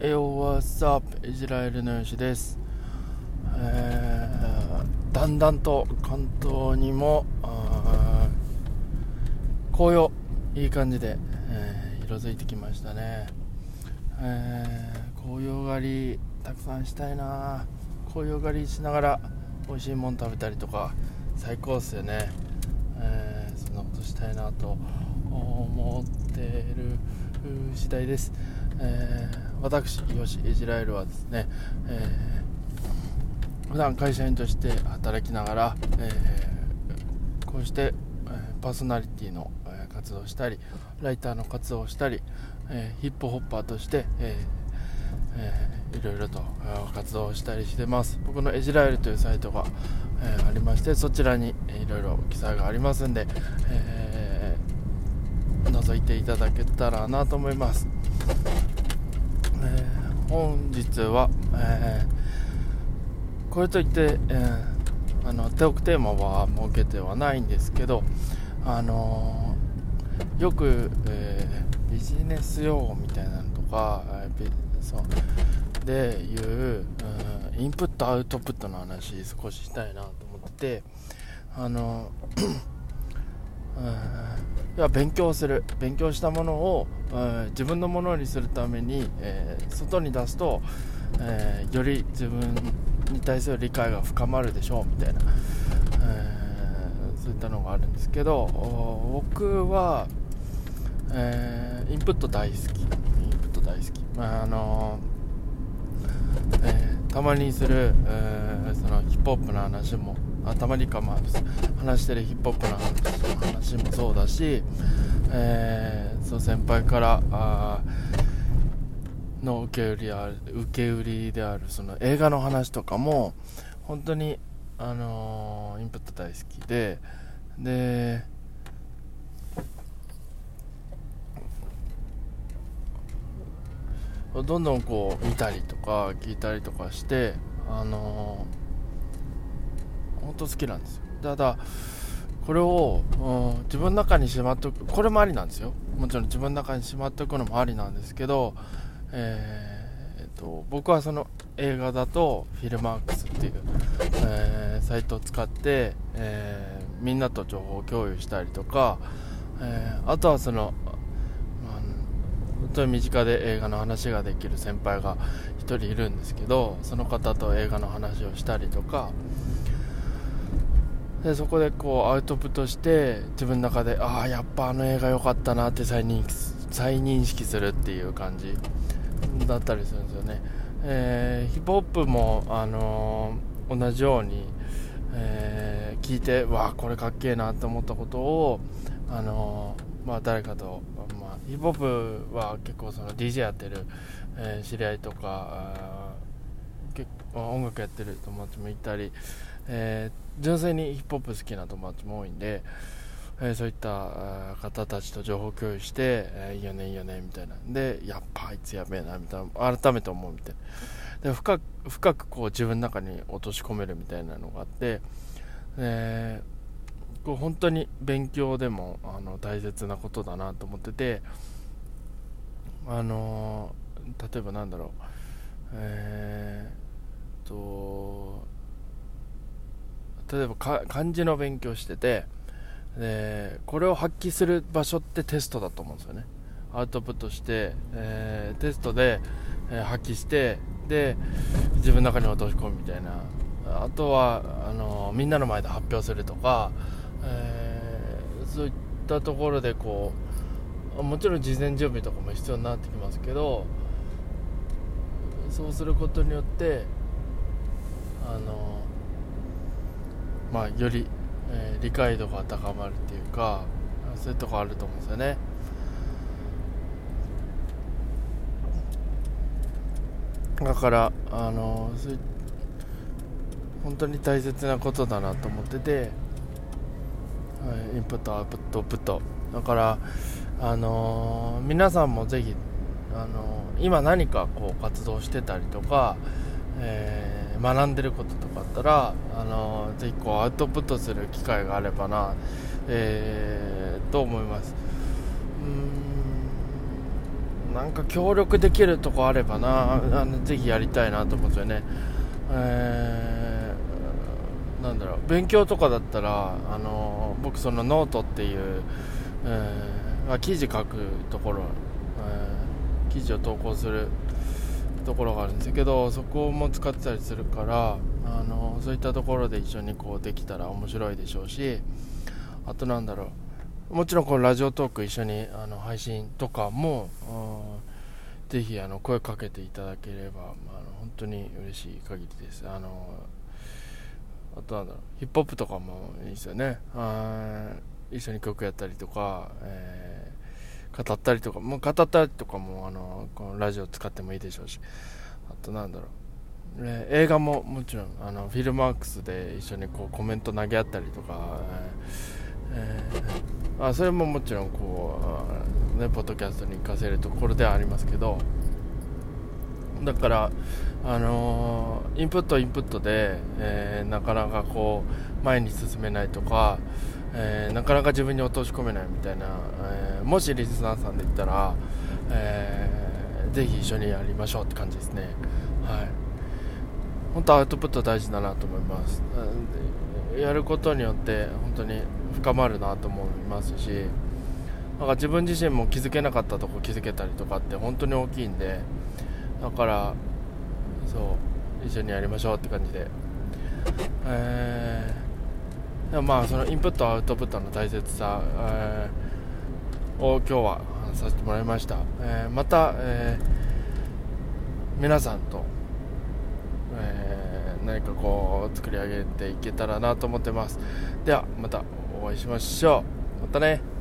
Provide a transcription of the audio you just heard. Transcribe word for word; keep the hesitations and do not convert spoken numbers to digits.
Yo, what's up? イスラエルのよしです。えー、だんだんと関東にも紅葉いい感じで、えー、色づいてきましたね。えー、紅葉狩りたくさんしたいな。紅葉狩りしながら美味しいもん食べたりとか最高っすよね。えー、そんなことしたいなと思っている次第です。えー、私よしイスラエルはですね、えー、普段会社員として働きながら、えー、こうして、えー、パーソナリティの、えー、活動をしたりライターの活動をしたり、えー、ヒップホッパーとして、えーえー、いろいろと、えー、活動をしたりしてます。僕のイスラエルというサイトが、えー、ありまして、そちらに、えー、いろいろ記載がありますんで、えー、覗いていただけたらなと思います。えー、本日は、えー、これといって、えー、あのトークテーマは設けてはないんですけど、あのー、よく、えー、ビジネス用語みたいなのとか、えー、そうでいう、うん、インプットアウトプットの話少ししたいなと思ってて、あのうんいや勉強する勉強したものを、えー、自分のものにするために、えー、外に出すと、えー、より自分に対する理解が深まるでしょうみたいな、えー、そういったのがあるんですけど、僕は、えー、インプット大好きインプット大好き、まああのーえー、たまにする、えー、そのヒップホップの話もあたまにかまあ話してるヒップホップの話もそうだし、えー、そう先輩からあの受け売りある受け売りであるその映画の話とかも本当にあのー、インプット大好きででどんどんこう見たりとか聞いたりとかしてあのー本当好きなんですよ。ただこれを、うん、自分の中にしまっておくこれもありなんですよ。もちろん自分の中にしまっておくのもありなんですけど、えーえっと、僕はその映画だとフィルマークスっていう、えー、サイトを使って、えー、みんなと情報共有したりとか、えー、あとはその、まあ、本当に身近で映画の話ができる先輩が一人いるんですけど、その方と映画の話をしたりとかでそこでこうアウトプットして自分の中でああやっぱあの映画良かったなって再認再認識するっていう感じだったりするんですよね。えー、ヒップホップも、あのー、同じように、えー、聞いてわあこれかっけえなって思ったことを、あのーまあ、誰かと、まあ、ヒップホップは結構その ディージェー やってる、えー、知り合いとか結構音楽やってる友達もいたり、えー、純粋にヒップホップ好きな友達も多いんで、えー、そういった方たちと情報共有して、えー、いいよねいいよねみたいなでやっぱあいつやべえなみたいな改めて思うみたいなで深く深くこう自分の中に落とし込めるみたいなのがあって、えー、こう本当に勉強でもあの大切なことだなと思ってて、あのー、例えばなんだろうえー、と例えばか漢字の勉強しててでこれを発揮する場所ってテストだと思うんですよね。アウトプットして、えー、テストで、えー、発揮してで自分の中に落とし込むみたいな。あとはあのみんなの前で発表するとか、えー、そういったところでこうもちろん事前準備とかも必要になってきますけど、そうすることによってあのまあより、えー、理解度が高まるっていうかそういうとこあると思うんですよね。だからあのそういう本当に大切なことだなと思ってて、はい、インプットアウトプットだからあのー、皆さんもぜひあのー、今何かこう活動してたりとか、えー、学んでることとかあったら、あのー、ぜひこうアウトプットする機会があればな、えー、と思います。うーんなんか協力できるとこあればな、あのぜひやりたいなと思うんですよね。えー、なんだろう、勉強とかだったら、あの僕そのノートっていう、えーまあ、記事書くところ、えー、記事を投稿するところがあるんですけど、そこも使ってたりするから、あのそういったところで一緒にこうできたら面白いでしょうし、あとなんだろう、もちろんこのラジオトーク一緒にあの配信とかもぜひあの声かけていただければ、まあ、あの本当に嬉しい限りです。あのあとなんだろう、ヒップホップとかもいいですよね。あ一緒に曲やったりとか、えー、語ったりとかもう語ったりとかもあのこのラジオ使ってもいいでしょうし、あとなんだろう、えー、映画ももちろんあのフィルマークスで一緒にこうコメント投げ合ったりとか、えー、あそれももちろんこう、ね、ポッドキャストに活かせるところではありますけど、だからあのー、インプットインプットで、えー、なかなかこう前に進めないとか、えー、なかなか自分に落とし込めないみたいな、えー、もしリスナーさんで言ったら、えー、ぜひ一緒にやりましょうって感じですね。はい、本当アウトプット大事だなと思います。やることによって本当に深まるなと思いますし、なんか自分自身も気づけなかったとこ気づけたりとかって本当に大きいんで、だからそう一緒にやりましょうって感じで、えー、でもまあそのインプットアウトプットの大切さ、えー、を今日は話させてもらいました。えー、また、えー、皆さんと、えー、何かこう作り上げていけたらなと思ってます。ではまたお会いしましょう。またね。